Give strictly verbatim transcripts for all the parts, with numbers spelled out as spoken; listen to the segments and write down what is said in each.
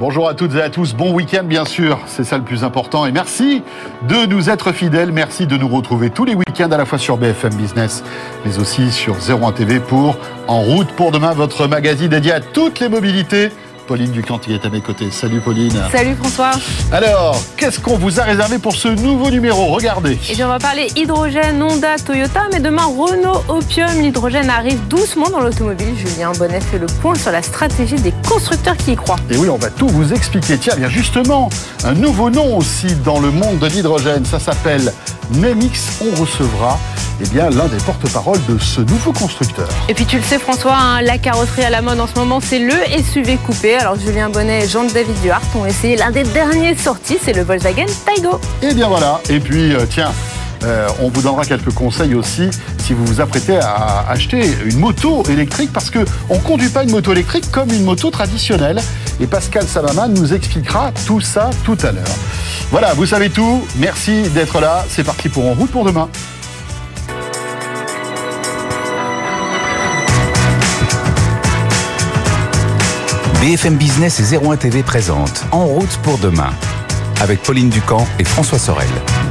Bonjour à toutes et à tous, bon week-end bien sûr, c'est ça le plus important. Et merci de nous être fidèles, merci de nous retrouver tous les week-ends à la fois sur B F M Business, mais aussi sur zéro un T V pour En route pour demain, votre magazine dédié à toutes les mobilités. Pauline Ducant qui est à mes côtés. Salut Pauline. Salut François. Alors, qu'est-ce qu'on vous a réservé pour ce nouveau numéro ? Regardez. Et bien on va parler hydrogène, Honda, Toyota, mais demain Renault, Opium. L'hydrogène arrive doucement dans l'automobile. Julien Bonnet fait le point sur la stratégie des constructeurs qui y croient. Et oui, on va tout vous expliquer. Tiens, bien justement, un nouveau nom aussi dans le monde de l'hydrogène. Ça s'appelle Nemix. On recevra eh bien, l'un des porte-parole de ce nouveau constructeur. Et puis tu le sais François, hein, la carrosserie à la mode en ce moment, c'est le S U V coupé. Alors Julien Bonnet et Jean-David Duhart ont essayé l'un des derniers sortis, c'est le Volkswagen Taygo. Et bien voilà, et puis euh, tiens, euh, on vous donnera quelques conseils aussi si vous vous apprêtez à acheter une moto électrique, parce qu'on ne conduit pas une moto électrique comme une moto traditionnelle. Et Pascal Samaman nous expliquera tout ça tout à l'heure. Voilà, vous savez tout, merci d'être là, c'est parti pour En route pour demain. B F M Business et zéro un T V présente En route pour demain avec Pauline Ducant et François Sorel.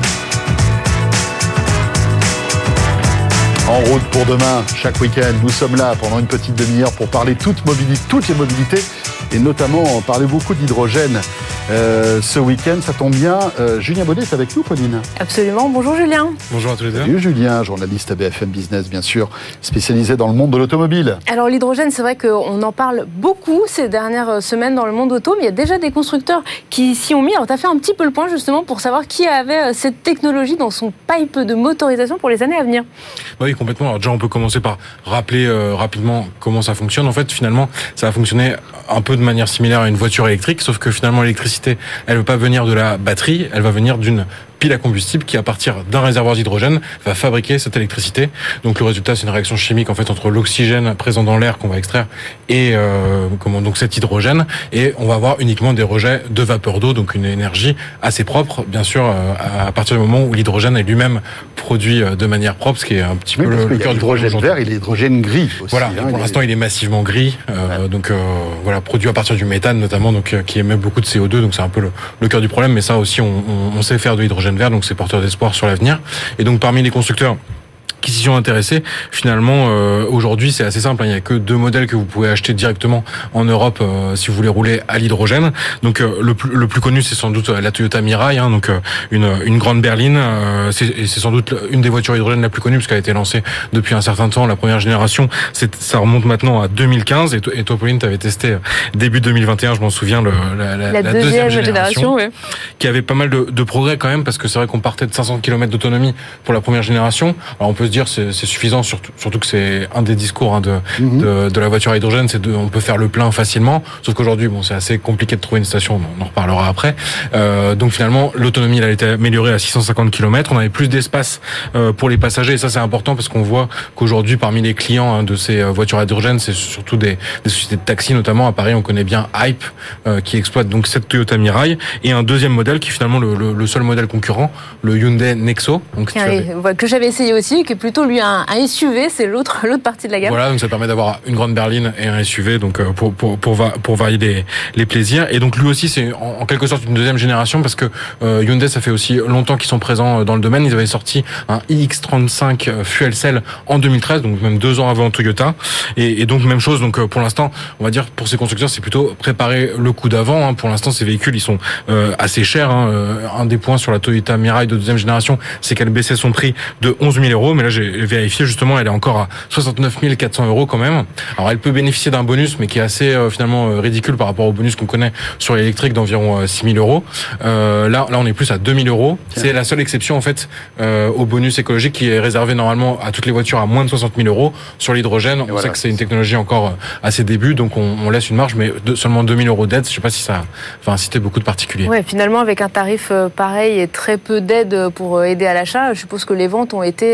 En route pour demain, chaque week-end, nous sommes là pendant une petite demi-heure pour parler toute mobilité, toutes les mobilités et notamment parler beaucoup d'hydrogène. Euh, ce week-end, ça tombe bien. Euh, Julien Bonnet est avec nous, Pauline. Absolument. Bonjour Julien. Bonjour à tous les deux. Salut Julien, journaliste à B F M Business, bien sûr, spécialisé dans le monde de l'automobile. Alors l'hydrogène, c'est vrai qu'on en parle beaucoup ces dernières semaines dans le monde auto, mais il y a déjà des constructeurs qui s'y ont mis. Alors tu as fait un petit peu le point justement pour savoir qui avait cette technologie dans son pipe de motorisation pour les années à venir. Oui, complètement. Alors déjà, on peut commencer par rappeler euh, rapidement comment ça fonctionne. En fait, finalement, ça va fonctionner un peu de manière similaire à une voiture électrique, sauf que finalement, l'électricité, elle ne veut pas venir de la batterie, elle va venir d'une pile à combustible qui, à partir d'un réservoir d'hydrogène, va fabriquer cette électricité. Donc le résultat, c'est une réaction chimique en fait entre l'oxygène présent dans l'air qu'on va extraire et euh, comment donc cet hydrogène, et on va avoir uniquement des rejets de vapeur d'eau, donc une énergie assez propre, bien sûr, euh, à partir du moment où l'hydrogène est lui-même produit de manière propre, ce qui est un petit oui, peu le, le cœur du hydrogène vert et l'hydrogène gris aussi. Voilà. Hein, pour il l'instant, est... il est massivement gris, euh, ouais. donc euh, voilà, produit à partir du méthane notamment, donc euh, qui émet beaucoup de C O deux, donc c'est un peu le, le cœur du problème. Mais ça aussi, on, on, on sait faire de l'hydrogène vert, donc c'est porteur d'espoir sur l'avenir. Et donc parmi les constructeurs qui s'y sont intéressés, finalement, euh, aujourd'hui, c'est assez simple. Hein, il n'y a que deux modèles que vous pouvez acheter directement en Europe euh, si vous voulez rouler à l'hydrogène. Donc, euh, le, plus, le plus connu, c'est sans doute la Toyota Mirai, hein, donc euh, une, une grande berline. Euh, c'est, et c'est sans doute une des voitures hydrogène la plus connue, parce qu'elle a été lancée depuis un certain temps. La première génération, c'est, ça remonte maintenant à deux mille quinze. Et, to, et toi, Pauline, tu avais testé début deux mille vingt et un, je m'en souviens, le, la, la, la, la deuxième, deuxième génération, génération, ouais. qui avait pas mal de, de progrès quand même, parce que c'est vrai qu'on partait de cinq cents kilomètres d'autonomie pour la première génération. Alors, on peut se dire c'est, c'est suffisant, surtout, surtout que c'est un des discours hein, de, mmh. de, de la voiture à hydrogène, c'est de, on peut faire le plein facilement, sauf qu'aujourd'hui, bon, c'est assez compliqué de trouver une station, on en reparlera après. Euh, donc finalement, l'autonomie, elle a été améliorée à six cent cinquante kilomètres, on avait plus d'espace euh, pour les passagers, et ça c'est important parce qu'on voit qu'aujourd'hui, parmi les clients hein, de ces voitures à hydrogène, c'est surtout des, des sociétés de taxi, notamment à Paris, on connaît bien Hype, euh, qui exploite donc cette Toyota Mirai, et un deuxième modèle qui est finalement le, le, le seul modèle concurrent, le Hyundai Nexo. Donc, ah, avais... que j'avais essayé aussi, qui est plutôt lui un, un S U V, c'est l'autre, l'autre partie de la gamme. Voilà, donc ça permet d'avoir une grande berline et un S U V, donc pour pour pour, pour varier les, les plaisirs. Et donc lui aussi, c'est en, en quelque sorte une deuxième génération, parce que euh, Hyundai, ça fait aussi longtemps qu'ils sont présents dans le domaine. Ils avaient sorti un i X trente-cinq Fuel Cell en deux mille treize, donc même deux ans avant Toyota. Et, et donc même chose. Donc pour l'instant, on va dire pour ces constructeurs, c'est plutôt préparer le coup d'avant. Hein. Pour l'instant, ces véhicules, ils sont euh, assez chers. Hein. Un des points sur la Toyota Mirai de deuxième génération, c'est qu'elle baissait son prix de onze mille euros. Mais là, j'ai vérifié justement, elle est encore à soixante-neuf mille quatre cents euros quand même. Alors elle peut bénéficier d'un bonus, mais qui est assez euh, finalement euh, ridicule par rapport au bonus qu'on connaît sur l'électrique d'environ euh, six mille euros. Euh, là, là, on est plus à deux mille euros. Tiens. C'est la seule exception en fait euh, au bonus écologique qui est réservé normalement à toutes les voitures à moins de soixante mille euros. Sur l'hydrogène, on voilà. sait que c'est une technologie encore à ses débuts, donc on, on laisse une marge, mais de, seulement deux mille euros d'aide. Je sais pas si ça va inciter beaucoup de particuliers. Ouais, finalement avec un tarif pareil et très peu d'aide pour aider à l'achat, je suppose que les ventes ont été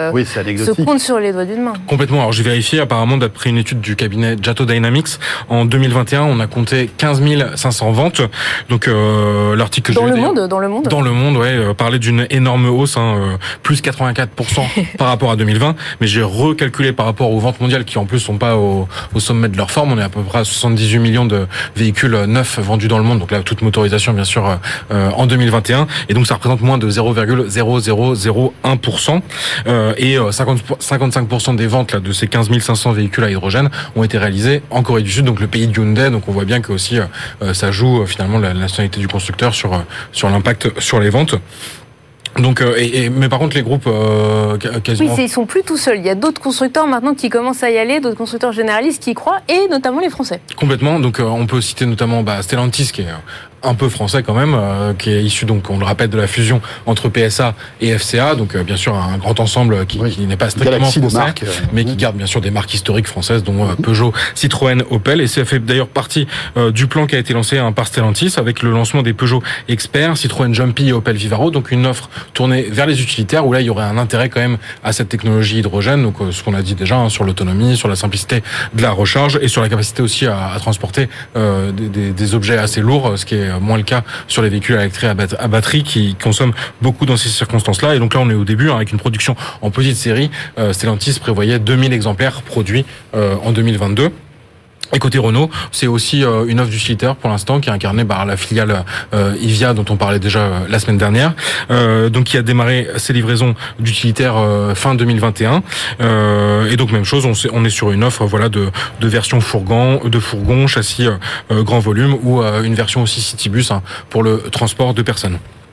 euh, oui, c'est se comptent sur les doigts d'une main. Complètement. Alors j'ai vérifié, apparemment, d'après une étude du cabinet Jato Dynamics, en deux mille vingt et un, on a compté quinze mille cinq cents ventes. Donc euh, l'article que dans je le monde, dans le monde, dans le monde, ouais, euh, parlait d'une énorme hausse, hein, euh, plus quatre-vingt-quatre pour cent par rapport à deux mille vingt. Mais j'ai recalculé par rapport aux ventes mondiales qui en plus sont pas au, au sommet de leur forme. On est à peu près à soixante-dix-huit millions de véhicules neufs vendus dans le monde. Donc là, toute motorisation, bien sûr, euh, en deux mille vingt et un. Et donc ça représente moins de zéro virgule zéro zéro zéro un pour cent. Euh, et cinquante, cinquante-cinq pour cent des ventes là de ces quinze mille cinq cents véhicules à hydrogène ont été réalisés en Corée du Sud, donc le pays de Hyundai. Donc on voit bien que aussi euh, ça joue euh, finalement la nationalité du constructeur sur euh, sur l'impact sur les ventes. Donc, euh, et, et, mais par contre, les groupes euh, quasiment... Oui, ils sont plus tout seuls. Il y a d'autres constructeurs maintenant qui commencent à y aller, d'autres constructeurs généralistes qui y croient, et notamment les Français. Complètement. Donc, euh, on peut citer notamment bah, Stellantis, qui est un peu français quand même, euh, qui est issu, donc, on le rappelle, de la fusion entre P S A et F C A. Donc, euh, bien sûr, un grand ensemble qui, oui, qui n'est pas strictement Galaxie français, marques, euh, mais oui. qui garde bien sûr des marques historiques françaises, dont euh, Peugeot, Citroën, Opel. Et ça fait d'ailleurs partie euh, du plan qui a été lancé hein, par Stellantis, avec le lancement des Peugeot Expert, Citroën Jumpy et Opel Vivaro. Donc, une offre tournée vers les utilitaires, où là, il y aurait un intérêt quand même à cette technologie hydrogène. Donc, euh, ce qu'on a dit déjà hein, sur l'autonomie, sur la simplicité de la recharge et sur la capacité aussi à, à transporter euh, des, des, des objets assez lourds, ce qui est moins le cas sur les véhicules électriques à batterie qui consomment beaucoup dans ces circonstances-là. Et donc là, on est au début hein, avec une production en petite série. Euh, Stellantis prévoyait deux mille exemplaires produits euh, en deux mille vingt-deux. Et côté Renault, c'est aussi euh, une offre d'utilitaire pour l'instant qui est incarnée par la filiale euh, Ivia dont on parlait déjà euh, la semaine dernière, euh, donc qui a démarré ses livraisons d'utilitaires euh, fin deux mille vingt et un. Euh, et donc même chose, on, on est sur une offre voilà de, de version fourgon, de fourgon, châssis euh, grand volume ou euh, une version aussi Citybus hein, pour le transport de personnes.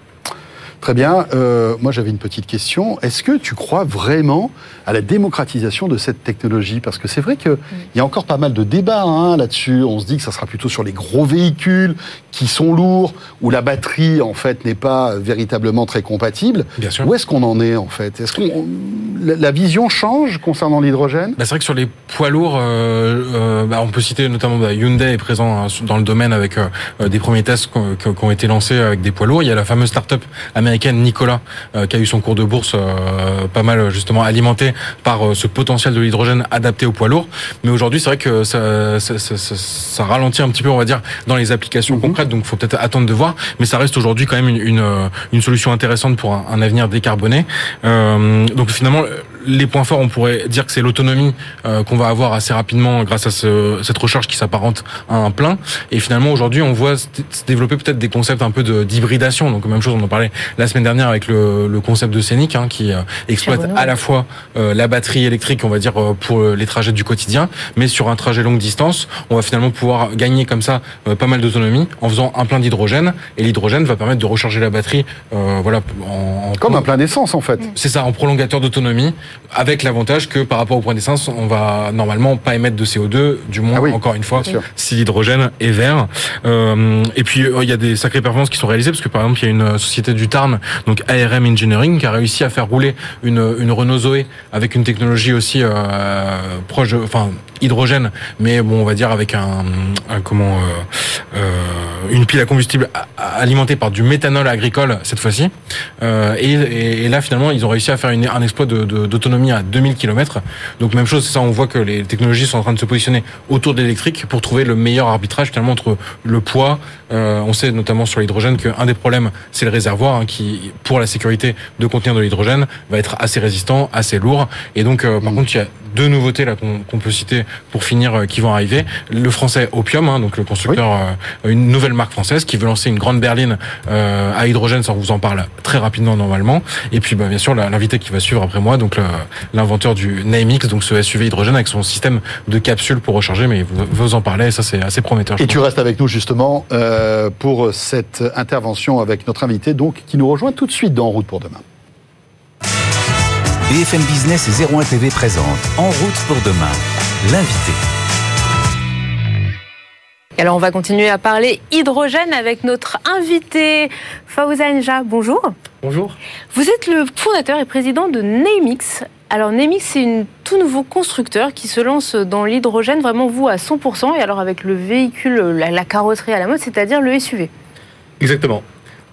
Très bien. Euh, moi, j'avais une petite question. Est-ce que tu crois vraiment à la démocratisation de cette technologie ? Parce que c'est vrai qu'il y a encore pas mal de débats hein, là-dessus. On se dit que ça sera plutôt sur les gros véhicules qui sont lourds, où la batterie, en fait, n'est pas véritablement très compatible. Bien sûr. Où est-ce qu'on en est, en fait ? Est-ce qu'on la vision change concernant l'hydrogène ? Bah, c'est vrai que sur les poids lourds, euh, euh, bah, on peut citer notamment bah, Hyundai est présent hein, dans le domaine avec euh, des premiers tests qui ont été lancés avec des poids lourds. Il y a la fameuse start-up américaine Nikola euh, qui a eu son cours de bourse euh, pas mal justement alimenté par euh, ce potentiel de l'hydrogène adapté aux poids lourds. Mais aujourd'hui, c'est vrai que ça, ça, ça, ça, ça ralentit un petit peu, on va dire, dans les applications mmh. concrètes. Donc, il faut peut-être attendre de voir. Mais ça reste aujourd'hui quand même une, une, une solution intéressante pour un, un avenir décarboné. Euh, donc, finalement, les points forts, on pourrait dire que c'est l'autonomie euh, qu'on va avoir assez rapidement grâce à ce, cette recharge qui s'apparente à un plein. Et finalement, aujourd'hui, on voit se développer peut-être des concepts un peu de, d'hybridation. Donc, même chose, on en parlait la semaine dernière avec le, le concept de Scénic, hein, qui euh, exploite à la fois euh, la batterie électrique, on va dire, euh, pour les trajets du quotidien, mais sur un trajet longue distance, on va finalement pouvoir gagner comme ça euh, pas mal d'autonomie en faisant un plein d'hydrogène. Et l'hydrogène va permettre de recharger la batterie, euh, voilà, en, en comme un plein d'essence, en fait. C'est ça, en prolongateur d'autonomie, avec l'avantage que par rapport au point d'essence, on va normalement pas émettre de C O deux, du moins, ah oui, encore une fois, si l'hydrogène est vert. Euh, et puis, il euh, y a des sacrées performances qui sont réalisées, parce que par exemple, il y a une société du Tarn, donc A R M Engineering, qui a réussi à faire rouler une, une Renault Zoé avec une technologie aussi euh, proche, de, enfin hydrogène, mais bon, on va dire avec un, un comment, euh, euh, une pile à combustible alimentée par du méthanol agricole cette fois-ci. Euh, et, et, et là, finalement, ils ont réussi à faire une, un exploit de, de, d'autonomie à deux mille kilomètres. Donc même chose, c'est ça, on voit que les technologies sont en train de se positionner autour de l'électrique pour trouver le meilleur arbitrage finalement entre le poids. Euh, on sait notamment sur l'hydrogène qu'un des problèmes, c'est le réservoir hein, qui, pour la sécurité de contenir de l'hydrogène, va être assez résistant, assez lourd. Et donc, euh, par mmh. contre, il y a deux nouveautés là qu'on, qu'on peut citer pour finir euh, qui vont arriver. Le français Opium, hein, donc le constructeur, oui. euh, une nouvelle marque française qui veut lancer une grande berline euh, à hydrogène, ça on vous en parle très rapidement normalement. Et puis bah, bien sûr l'invité qui va suivre après moi, donc le, l'inventeur du Namex, donc ce S U V hydrogène avec son système de capsule pour recharger, mais vous, vous en parlez, et ça c'est assez prometteur. Et tu restes avec nous justement euh, pour cette intervention avec notre invité, donc qui nous rejoint tout de suite dans En route pour demain. B F M Business et zéro un T V présente En route pour demain, l'invité. Alors on va continuer à parler hydrogène avec notre invité Fawza Enja. Bonjour. Bonjour. Vous êtes le fondateur et président de Namex. Alors Namex, c'est un tout nouveau constructeur qui se lance dans l'hydrogène, vraiment vous à cent pour cent, et alors avec le véhicule, la, la carrosserie à la mode, c'est-à-dire le S U V. Exactement.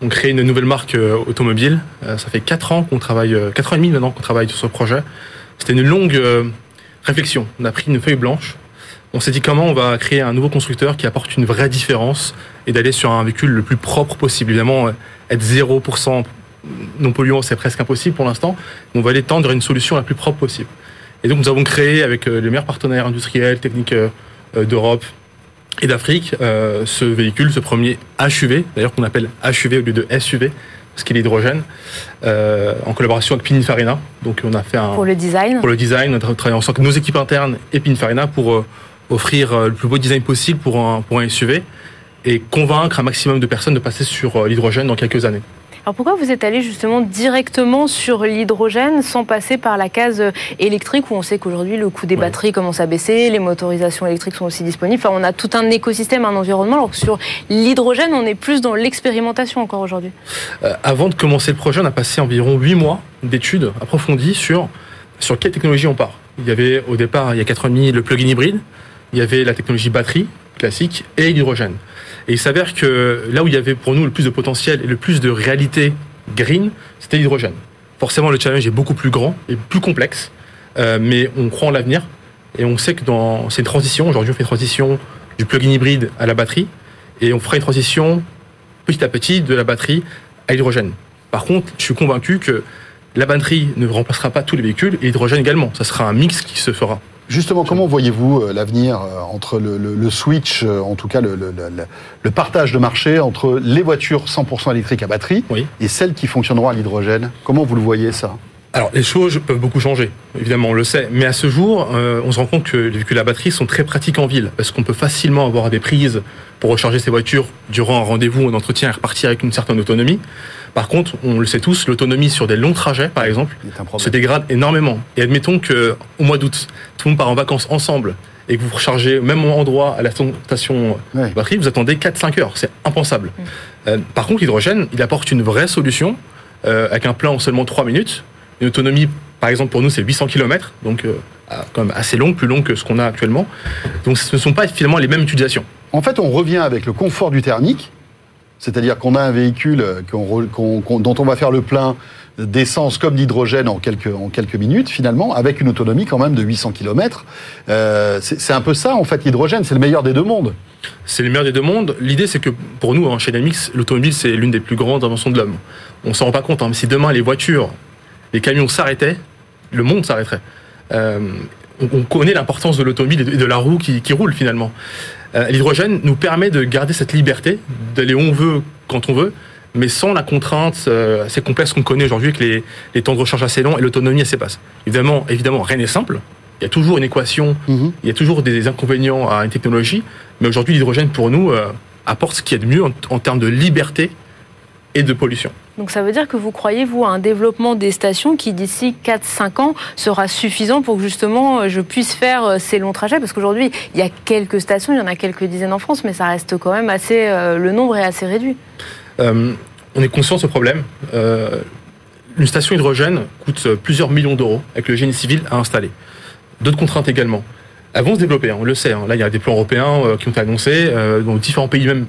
on crée une nouvelle marque euh, automobile. Euh, ça fait quatre ans qu'on travaille, euh, quatre ans et demi maintenant qu'on travaille sur ce projet. C'était une longue euh, réflexion. On a pris une feuille blanche. On s'est dit comment on va créer un nouveau constructeur qui apporte une vraie différence et d'aller sur un véhicule le plus propre possible. Évidemment, être zéro pour cent non polluant, c'est presque impossible pour l'instant. On va aller tendre vers une solution la plus propre possible. Et donc, nous avons créé avec les meilleurs partenaires industriels, techniques d'Europe et d'Afrique, euh, ce véhicule, ce premier H U V, d'ailleurs qu'on appelle H U V au lieu de S U V, parce qu'il est hydrogène, euh, en collaboration avec Pininfarina. Donc, on a fait un... Pour le design. Pour le design, on a travaillé ensemble avec nos équipes internes et Pininfarina pour euh, offrir euh, le plus beau design possible pour un, pour un S U V et convaincre un maximum de personnes de passer sur euh, l'hydrogène dans quelques années. Alors pourquoi vous êtes allé justement directement sur l'hydrogène sans passer par la case électrique où on sait qu'aujourd'hui le coût des ouais. batteries commence à baisser, les motorisations électriques sont aussi disponibles, enfin on a tout un écosystème, un environnement, alors que sur l'hydrogène on est plus dans l'expérimentation encore aujourd'hui. Euh, avant de commencer le projet, on a passé environ huit mois d'études approfondies sur, sur quelle technologie on part. Il y avait au départ, il y a quatre ans et demi, le plug-in hybride, il y avait la technologie batterie classique et l'hydrogène. Et il s'avère que là où il y avait pour nous le plus de potentiel et le plus de réalité green, c'était l'hydrogène. Forcément, le challenge est beaucoup plus grand et plus complexe, euh, mais on croit en l'avenir et on sait que dans c'est une transition. Aujourd'hui, on fait une transition du plug-in hybride à la batterie et on fera une transition petit à petit de la batterie à l'hydrogène. Par contre, je suis convaincu que la batterie ne remplacera pas tous les véhicules et l'hydrogène également. Ça sera un mix qui se fera. Justement, comment voyez-vous l'avenir entre le, le, le switch, en tout cas le, le, le, le partage de marché entre les voitures cent pour cent électriques à batterie oui. et celles qui fonctionneront à l'hydrogène? Comment vous le voyez ça? Alors, les choses peuvent beaucoup changer, évidemment, on le sait. Mais à ce jour, euh, on se rend compte que les véhicules à batterie sont très pratiques en ville, parce qu'on peut facilement avoir des prises pour recharger ses voitures durant un rendez-vous, un entretien et repartir avec une certaine autonomie. Par contre, on le sait tous, l'autonomie sur des longs trajets, par exemple, se dégrade énormément. Et admettons qu'au mois d'août, tout le monde part en vacances ensemble et que vous rechargez au même endroit à la station ouais. batterie, vous attendez quatre à cinq heures. C'est impensable. Mmh. Euh, par contre, l'hydrogène, il apporte une vraie solution euh, avec un plein en seulement trois minutes. Une autonomie, par exemple, pour nous, c'est huit cents kilomètres, donc euh, quand même assez long, plus long que ce qu'on a actuellement. Donc ce ne sont pas finalement les mêmes utilisations. En fait, on revient avec le confort du thermique, c'est-à-dire qu'on a un véhicule qu'on, qu'on, qu'on, dont on va faire le plein d'essence comme d'hydrogène en quelques, en quelques minutes, finalement, avec une autonomie quand même de huit cents kilomètres. Euh, c'est, c'est un peu ça, en fait, l'hydrogène, c'est le meilleur des deux mondes. C'est le meilleur des deux mondes. L'idée, c'est que pour nous, chez Dynamics, l'automobile, c'est l'une des plus grandes inventions de l'homme. On ne s'en rend pas compte, hein, mais si demain les voitures, les camions s'arrêtaient, le monde s'arrêterait. Euh, on, on connaît l'importance de l'automobile et de, de la roue qui, qui roule, finalement. Euh, l'hydrogène nous permet de garder cette liberté, d'aller où on veut, quand on veut, mais sans la contrainte euh, assez complexe qu'on connaît aujourd'hui, avec les, les temps de recharge assez longs et l'autonomie assez basse. Évidemment, évidemment, rien n'est simple. Il y a toujours une équation, mmh. il y a toujours des inconvénients à une technologie, mais aujourd'hui, l'hydrogène, pour nous, euh, apporte ce qu'il y a de mieux en, en termes de liberté et de pollution. Donc ça veut dire que vous croyez, vous, à un développement des stations qui, d'ici quatre à cinq ans, sera suffisant pour que, justement, je puisse faire ces longs trajets? Parce qu'aujourd'hui, il y a quelques stations, il y en a quelques dizaines en France, mais ça reste quand même assez... Euh, le nombre est assez réduit. Euh, on est conscient de ce problème. Euh, une station hydrogène coûte plusieurs millions d'euros avec le génie civil à installer. D'autres contraintes également. Elles vont se développer, hein, on le sait. Hein. Là, il y a des plans européens euh, qui ont été annoncés, euh, dans différents pays même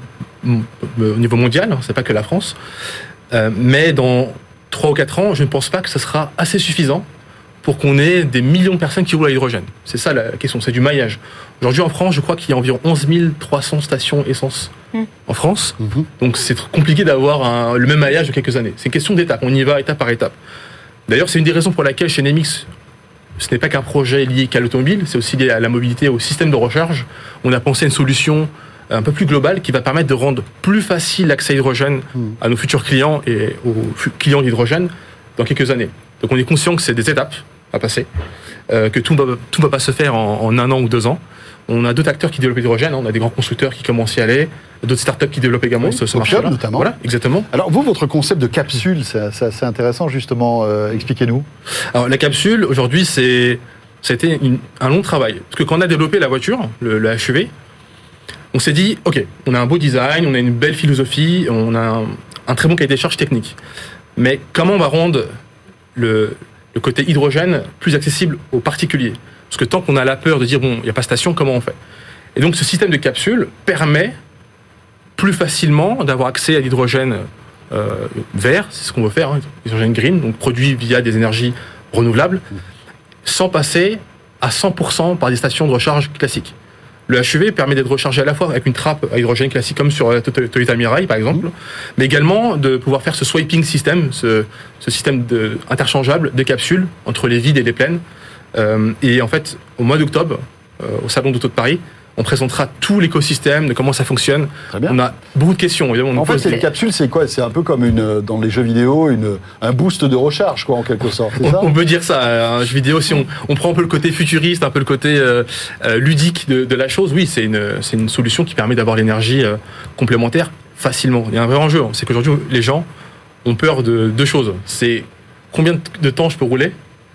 au niveau mondial, hein, c'est pas que la France. Euh, mais dans trois ou quatre ans, je ne pense pas que ce sera assez suffisant pour qu'on ait des millions de personnes qui roulent à l'hydrogène. C'est ça la question, c'est du maillage. Aujourd'hui en France, je crois qu'il y a environ onze mille trois cents stations essence mmh. en France. Mmh. Donc c'est compliqué d'avoir un, le même maillage de quelques années. C'est une question d'étape, on y va étape par étape. D'ailleurs, c'est une des raisons pour laquelle chez Dynamics, ce n'est pas qu'un projet lié qu'à l'automobile, c'est aussi lié à la mobilité, au système de recharge. On a pensé à une solution un peu plus globale qui va permettre de rendre plus facile l'accès à l'hydrogène mmh. à nos futurs clients et aux clients d'hydrogène dans quelques années. Donc on est conscient que c'est des étapes à passer, euh, que tout ne va, tout va pas se faire en, en un an ou deux ans. On a d'autres acteurs qui développent l'hydrogène, hein. On a des grands constructeurs qui commencent à y aller, d'autres startups qui développent également oui, ce, ce marché-là. Notamment. Voilà, exactement. Alors vous, votre concept de capsule, c'est, c'est assez intéressant justement, euh, expliquez-nous. Alors la capsule, aujourd'hui, c'est, ça a été une, un long travail. Parce que quand on a développé la voiture, le, le H U V, on s'est dit, ok, on a un beau design, on a une belle philosophie, on a un, un très bon cahier des charges technique. Mais comment on va rendre le, le côté hydrogène plus accessible aux particuliers? Parce que tant qu'on a la peur de dire, bon, il n'y a pas de station, comment on fait? Et donc ce système de capsule permet plus facilement d'avoir accès à l'hydrogène euh, vert, c'est ce qu'on veut faire, hein, hydrogène green, donc produit via des énergies renouvelables, sans passer à cent pour cent par des stations de recharge classiques. Le H E V permet d'être rechargé à la fois avec une trappe à hydrogène classique comme sur la Toyota Mirai par exemple, mmh. mais également de pouvoir faire ce swiping system, ce, ce système de, interchangeable de capsules entre les vides et les pleines. Euh, et en fait, au mois d'octobre, euh, au Salon d'Auto de Paris, on présentera tout l'écosystème de comment ça fonctionne. Très bien. On a beaucoup de questions. Évidemment, en fait, c'est une capsule, c'est quoi? C'est un peu comme une, dans les jeux vidéo, une, un boost de recharge, quoi, en quelque sorte. C'est ça on, on peut dire ça. Un jeu vidéo, si on, on prend un peu le côté futuriste, un peu le côté euh, euh, ludique de, de la chose, oui, c'est une, c'est une solution qui permet d'avoir l'énergie euh, complémentaire facilement. Il y a un vrai enjeu, c'est qu'aujourd'hui, les gens ont peur de deux choses. C'est combien de temps je peux rouler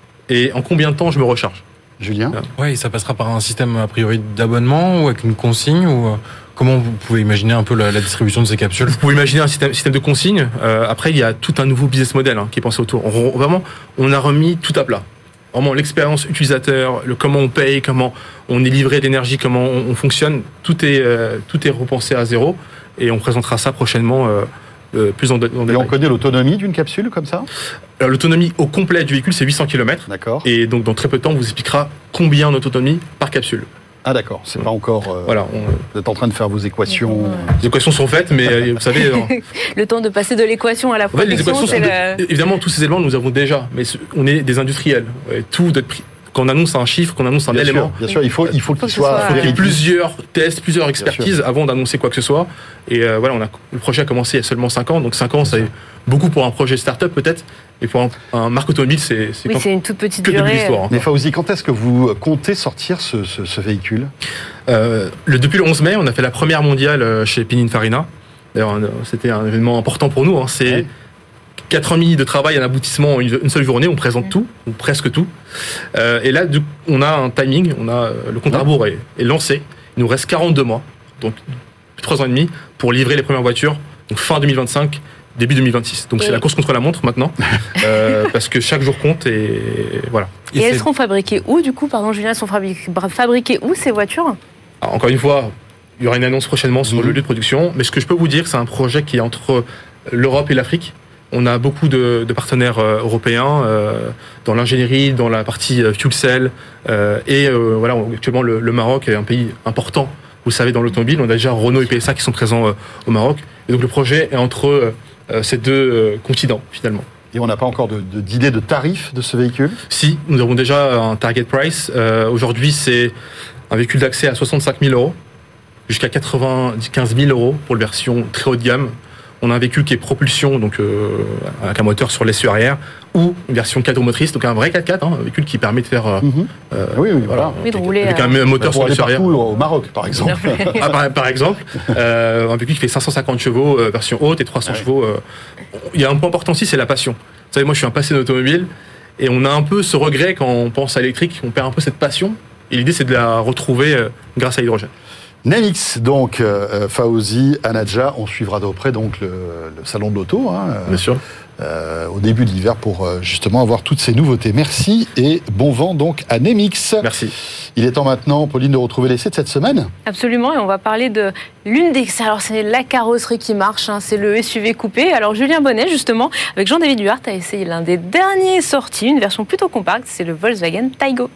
et en combien de temps je me recharge. Julien ? Oui, ça passera par un système a priori d'abonnement ou avec une consigne ou euh, comment vous pouvez imaginer un peu la, la distribution de ces capsules ? Vous pouvez imaginer un système, système de consigne. Euh, après, il y a tout un nouveau business model hein, qui est pensé autour. On, vraiment, on a remis tout à plat. Vraiment, l'expérience utilisateur, le comment on paye, comment on est livré d'énergie, comment on, on fonctionne, tout est euh, tout est repensé à zéro et on présentera ça prochainement. Euh, Euh, plus en, en détail. Et on connaît l'autonomie d'une capsule comme ça ? Alors, l'autonomie au complet du véhicule, c'est huit cents kilomètres. D'accord. Et donc, dans très peu de temps, on vous expliquera combien d'autonomie par capsule. Ah d'accord, c'est pas encore... Euh, voilà, on... Vous êtes en train de faire vos équations... Les équations sont faites, mais vous savez... le temps de passer de l'équation à la production, en fait, les équations c'est sont le... de... Évidemment, tous ces éléments, nous avons déjà. Mais on est des industriels. Ouais, tout doit être pris... Quand on annonce un chiffre, qu'on annonce un bien élément... Sûr, bien sûr, il faut, il faut qu'il soit... Il faut qu'il y ait plusieurs tests, plusieurs expertises avant d'annoncer quoi que ce soit. Et euh, voilà, on a, le projet a commencé il y a seulement cinq ans. Donc cinq ans, c'est beaucoup pour un projet start-up peut-être. Et pour un, un marque automobile, c'est, c'est, oui, quand, c'est une toute petite que durée. début d'histoire. Mais Fawzi, quand est-ce que vous comptez sortir ce, ce, ce véhicule ? euh, le, Depuis le onze mai, on a fait la première mondiale chez Pininfarina. D'ailleurs, c'était un événement important pour nous. Hein. C'est... Ouais. quatre ans et demi de travail, un aboutissement en une seule journée, on présente tout, ou presque tout. Euh, et là, on a un timing, on a le compte à rebours est, est lancé. Il nous reste quarante-deux mois, donc trois ans et demi, pour livrer les premières voitures, donc fin deux mille vingt-cinq, début deux mille vingt-six. Donc et c'est la course contre la montre maintenant, euh, parce que chaque jour compte et voilà. Et, et elles seront fabriquées où du coup, pardon Julien, elles sont fabriquées où ces voitures ? Alors, encore une fois, il y aura une annonce prochainement sur mmh. le lieu de production, mais ce que je peux vous dire, c'est un projet qui est entre l'Europe et l'Afrique. On a beaucoup de, de partenaires euh, européens euh, dans l'ingénierie, dans la partie euh, fuel cell. Euh, et euh, voilà, actuellement, le, le Maroc est un pays important, vous le savez, dans l'automobile. On a déjà Renault et P S A qui sont présents euh, au Maroc. Et donc, le projet est entre euh, ces deux euh, continents, finalement. Et on n'a pas encore de, de, d'idée de tarif de ce véhicule ? Si, nous avons déjà un target price. Euh, aujourd'hui, c'est un véhicule d'accès à soixante-cinq mille euros, jusqu'à quatre-vingt-quinze mille euros pour la version très haut de gamme. On a un véhicule qui est propulsion, donc euh, avec un moteur sur l'essieu arrière, ou une version quadromotrice, donc un vrai quatre-quatre, hein, un véhicule qui permet de faire... Euh, mm-hmm. euh, oui, oui, voilà. Oui, de rouler... Avec un, un moteur sur l'essieu arrière. Au Maroc, par exemple. ah, par, par exemple. Euh, un véhicule qui fait cinq cent cinquante chevaux, euh, version haute, et trois cents ouais. chevaux. Euh. Il y a un point important aussi, c'est la passion. Vous savez, moi, je suis un passionné d'automobile, et on a un peu ce regret quand on pense à l'électrique, on perd un peu cette passion, et l'idée, c'est de la retrouver euh, grâce à l'hydrogène. Namix, donc euh, Fawzi, Anadja, on suivra de près donc le, le salon de l'auto, hein, bien sûr, euh, au début de l'hiver pour euh, justement avoir toutes ces nouveautés. Merci et bon vent donc à Namix. Merci. Il est temps maintenant, Pauline, de retrouver l'essai de cette semaine. Absolument, et on va parler de l'une des... Alors c'est la carrosserie qui marche, hein, c'est le S U V coupé. Alors Julien Bonnet, justement, avec Jean-David Huart, a essayé l'un des derniers sortis, une version plutôt compacte, c'est le Volkswagen Taigo.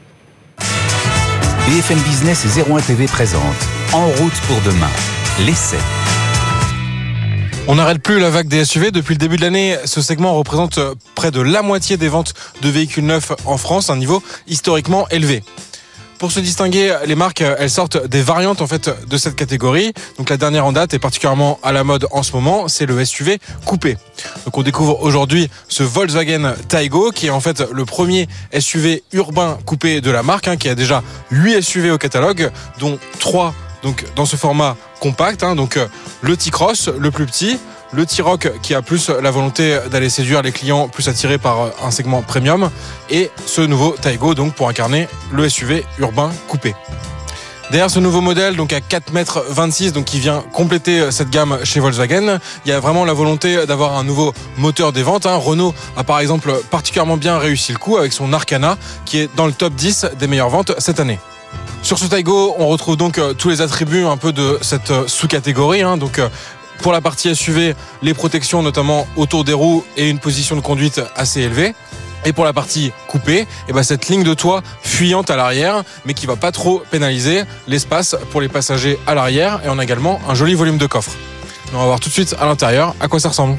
B F M Business et zéro un T V présente En route pour demain, l'essai. On n'arrête plus la vague des S U V. Depuis le début de l'année, ce segment représente près de la moitié des ventes de véhicules neufs en France, un niveau historiquement élevé. Pour se distinguer, les marques, elles sortent des variantes en fait de cette catégorie. Donc la dernière en date est particulièrement à la mode en ce moment, c'est le S U V coupé. Donc on découvre aujourd'hui ce Volkswagen Taigo qui est en fait le premier S U V urbain coupé de la marque, hein, qui a déjà huit S U V au catalogue, dont trois donc dans ce format compact. Hein, donc le T-Cross, le plus petit. Le T-Roc qui a plus la volonté d'aller séduire les clients plus attirés par un segment premium, et ce nouveau Taigo donc pour incarner le S U V urbain coupé. Derrière ce nouveau modèle, donc à quatre mètres vingt-six, donc qui vient compléter cette gamme chez Volkswagen, il y a vraiment la volonté d'avoir un nouveau moteur des ventes. Hein. Renault a par exemple particulièrement bien réussi le coup avec son Arcana qui est dans le top dix des meilleures ventes cette année. Sur ce Taigo, on retrouve donc tous les attributs un peu de cette sous-catégorie, hein. Donc Pour la partie S U V, les protections notamment autour des roues et une position de conduite assez élevée. Et pour la partie coupée, eh ben cette ligne de toit fuyante à l'arrière, mais qui va pas trop pénaliser l'espace pour les passagers à l'arrière. Et on a également un joli volume de coffre. On va voir tout de suite à l'intérieur à quoi ça ressemble.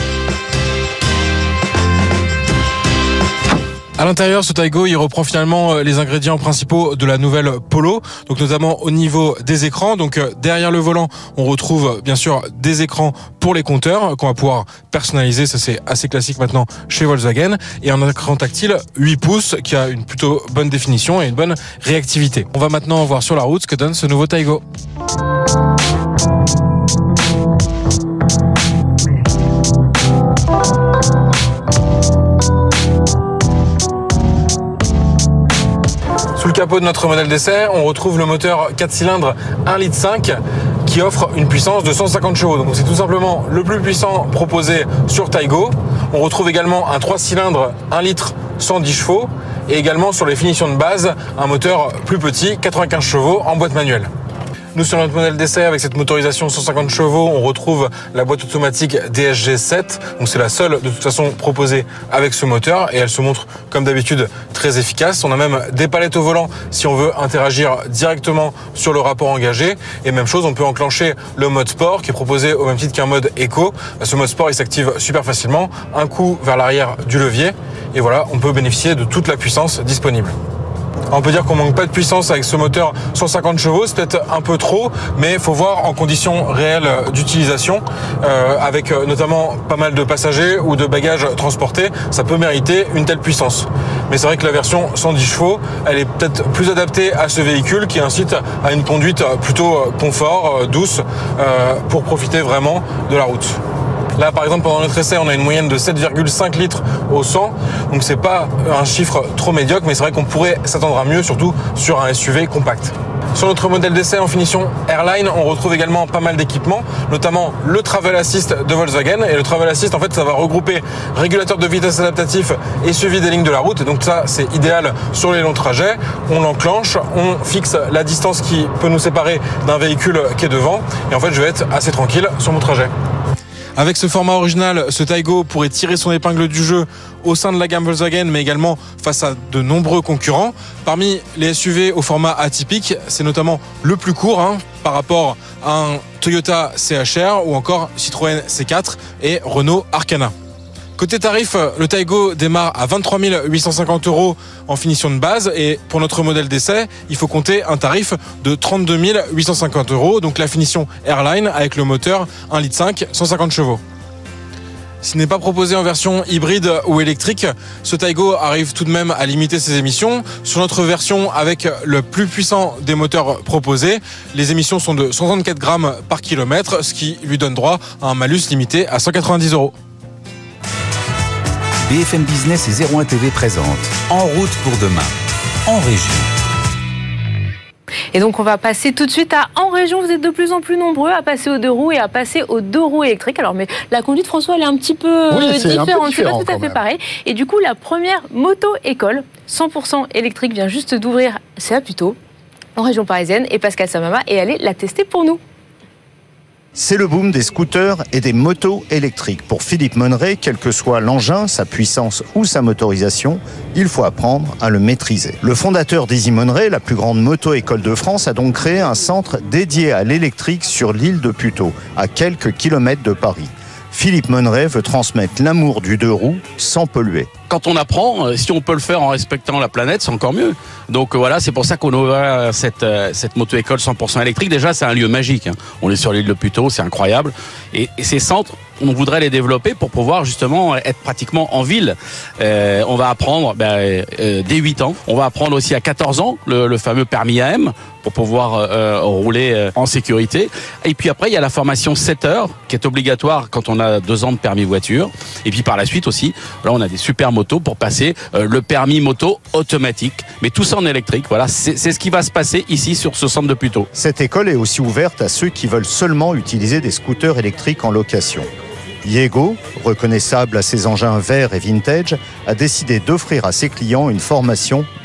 À l'intérieur, ce Taigo, il reprend finalement les ingrédients principaux de la nouvelle Polo, donc notamment au niveau des écrans. Donc derrière le volant, on retrouve bien sûr des écrans pour les compteurs qu'on va pouvoir personnaliser. Ça, c'est assez classique maintenant chez Volkswagen. Et un écran tactile huit pouces qui a une plutôt bonne définition et une bonne réactivité. On va maintenant voir sur la route ce que donne ce nouveau Taigo. Sous le capot de notre modèle d'essai, on retrouve le moteur quatre cylindres un virgule cinq litres qui offre une puissance de cent cinquante chevaux. Donc c'est tout simplement le plus puissant proposé sur Taigo. On retrouve également un trois cylindres un litre cent dix chevaux et également sur les finitions de base, un moteur plus petit, quatre-vingt-quinze chevaux en boîte manuelle. Nous, sur notre modèle d'essai, avec cette motorisation cent cinquante chevaux, on retrouve la boîte automatique D S G sept. Donc c'est la seule, de toute façon, proposée avec ce moteur. Et elle se montre, comme d'habitude, très efficace. On a même des palettes au volant si on veut interagir directement sur le rapport engagé. Et même chose, on peut enclencher le mode sport, qui est proposé au même titre qu'un mode éco. Ce mode sport, il s'active super facilement. Un coup vers l'arrière du levier. Et voilà, on peut bénéficier de toute la puissance disponible. On peut dire qu'on manque pas de puissance avec ce moteur cent cinquante chevaux, c'est peut-être un peu trop, mais il faut voir en conditions réelles d'utilisation, euh, avec notamment pas mal de passagers ou de bagages transportés, ça peut mériter une telle puissance. Mais c'est vrai que la version cent dix chevaux, elle est peut-être plus adaptée à ce véhicule qui incite à une conduite plutôt confort, douce, euh, pour profiter vraiment de la route. Là, par exemple, pendant notre essai, on a une moyenne de sept virgule cinq litres au cent. Donc, c'est pas un chiffre trop médiocre, mais c'est vrai qu'on pourrait s'attendre à mieux, surtout sur un S U V compact. Sur notre modèle d'essai en finition Airline, on retrouve également pas mal d'équipements, notamment le Travel Assist de Volkswagen. Et le Travel Assist, en fait, ça va regrouper régulateur de vitesse adaptatif et suivi des lignes de la route. Et donc ça, c'est idéal sur les longs trajets. On l'enclenche, on fixe la distance qui peut nous séparer d'un véhicule qui est devant. Et en fait, je vais être assez tranquille sur mon trajet. Avec ce format original, ce Taigo pourrait tirer son épingle du jeu au sein de la gamme Volkswagen, mais également face à de nombreux concurrents. Parmi les S U V au format atypique, c'est notamment le plus court hein, par rapport à un Toyota C H R ou encore Citroën C quatre et Renault Arcana. Côté tarif, le Taigo démarre à vingt-trois mille huit cent cinquante euros en finition de base et pour notre modèle d'essai, il faut compter un tarif de trente-deux mille huit cent cinquante euros, donc la finition Airline avec le moteur un virgule cinq litres, cent cinquante chevaux. S'il n'est pas proposé en version hybride ou électrique, ce Taigo arrive tout de même à limiter ses émissions. Sur notre version avec le plus puissant des moteurs proposés, les émissions sont de cent soixante-quatre grammes par kilomètre, ce qui lui donne droit à un malus limité à cent quatre-vingt-dix euros. B F M Business et zéro un T V présente En route pour demain, en région. Et donc on va passer tout de suite à En région. Vous êtes de plus en plus nombreux à passer aux deux roues et à passer aux deux roues électriques. Alors mais la conduite, François, elle est un petit peu oui, c'est différente. un peu C'est pas tout à fait même. pareil. Et du coup, la première moto-école cent pour cent électrique vient juste d'ouvrir, c'est à Puteaux, en région parisienne. Et Pascal Samama est allé la tester pour nous. C'est le boom des scooters et des motos électriques. Pour Philippe Monneret, quel que soit l'engin, sa puissance ou sa motorisation, il faut apprendre à le maîtriser. Le fondateur d'Easy Monneret, la plus grande moto-école de France, a donc créé un centre dédié à l'électrique sur l'île de Puteaux, à quelques kilomètres de Paris. Philippe Monneret veut transmettre l'amour du deux roues sans polluer. Quand on apprend, si on peut le faire en respectant la planète, c'est encore mieux. Donc voilà, c'est pour ça qu'on a ouvert cette, cette moto-école cent pour cent électrique. Déjà, c'est un lieu magique. Hein. On est sur l'île de Puteaux, c'est incroyable. Et, et ces centres, on voudrait les développer pour pouvoir justement être pratiquement en ville. Euh, on va apprendre ben, euh, dès huit ans. On va apprendre aussi à quatorze ans le, le fameux permis A M pour pouvoir euh, rouler euh, en sécurité. Et puis après, il y a la formation sept heures qui est obligatoire quand on a deux ans de permis voiture. Et puis par la suite aussi, là on a des super motos pour passer euh, le permis moto automatique. Mais tout ça en électrique. Voilà, c'est, c'est ce qui va se passer ici sur ce centre de Puteaux. Cette école est aussi ouverte à ceux qui veulent seulement utiliser des scooters électriques en location. Yego, reconnaissable à ses engins verts et vintage, a décidé d'offrir à ses clients une formation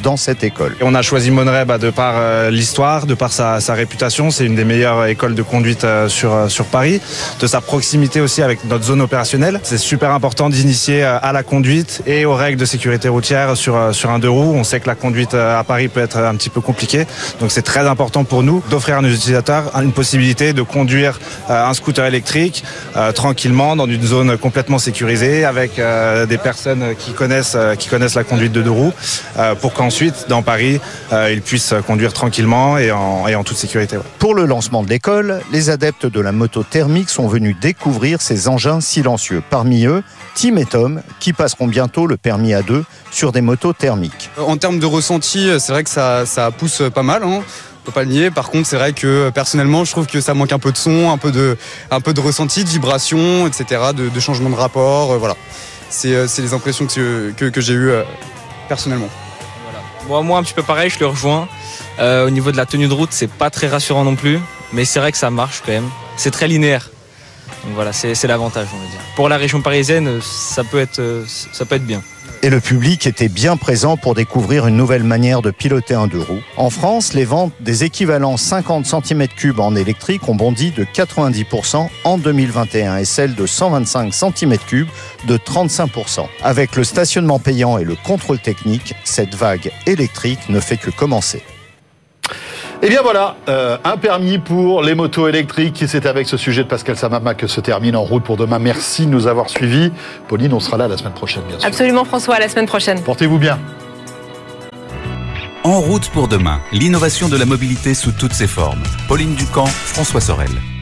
dans cette école. Et on a choisi Monneray bah, de par euh, l'histoire, de par sa, sa réputation. C'est une des meilleures écoles de conduite euh, sur, euh, sur Paris. De sa proximité aussi avec notre zone opérationnelle. C'est super important d'initier euh, à la conduite et aux règles de sécurité routière sur, euh, sur un deux roues. On sait que la conduite euh, à Paris peut être un petit peu compliquée. Donc c'est très important pour nous d'offrir à nos utilisateurs une possibilité de conduire euh, un scooter électrique euh, tranquillement dans une zone complètement sécurisée avec euh, des personnes qui connaissent, euh, qui connaissent la conduite de deux roues euh, pour qu'ensuite dans Paris euh, ils puissent conduire tranquillement et en, et en toute sécurité. Ouais. Pour le lancement de l'école, les adeptes de la moto thermique sont venus découvrir ces engins silencieux. Parmi eux, Tim et Tom qui passeront bientôt le permis A deux sur des motos thermiques. En termes de ressenti, c'est vrai que ça, ça pousse pas mal. Hein. Faut pas le nier. Par contre, c'est vrai que personnellement, je trouve que ça manque un peu de son, un peu de, un peu de ressenti, de vibration, et cetera, de, de changement de rapport. Euh, voilà. C'est, c'est les impressions que, que, que j'ai eues euh, personnellement. Voilà. Moi, moi, un petit peu pareil, je le rejoins. Euh, au niveau de la tenue de route, c'est pas très rassurant non plus, mais c'est vrai que ça marche quand même. C'est très linéaire. Donc voilà, c'est, c'est l'avantage, on va dire. Pour la région parisienne, ça peut être, ça peut être bien. Et le public était bien présent pour découvrir une nouvelle manière de piloter un deux roues. En France, les ventes des équivalents cinquante centimètres cubes en électrique ont bondi de quatre-vingt-dix pour cent en deux mille vingt et un et celles de cent vingt-cinq centimètres cubes de trente-cinq pour cent. Avec le stationnement payant et le contrôle technique, cette vague électrique ne fait que commencer. Et bien voilà, euh, un permis pour les motos électriques. C'est avec ce sujet de Pascal Samama que se termine En route pour demain. Merci de nous avoir suivis. Pauline, on sera là la semaine prochaine, bien sûr. Absolument, François, à la semaine prochaine. Portez-vous bien. En route pour demain, l'innovation de la mobilité sous toutes ses formes. Pauline Ducamp, François Sorel.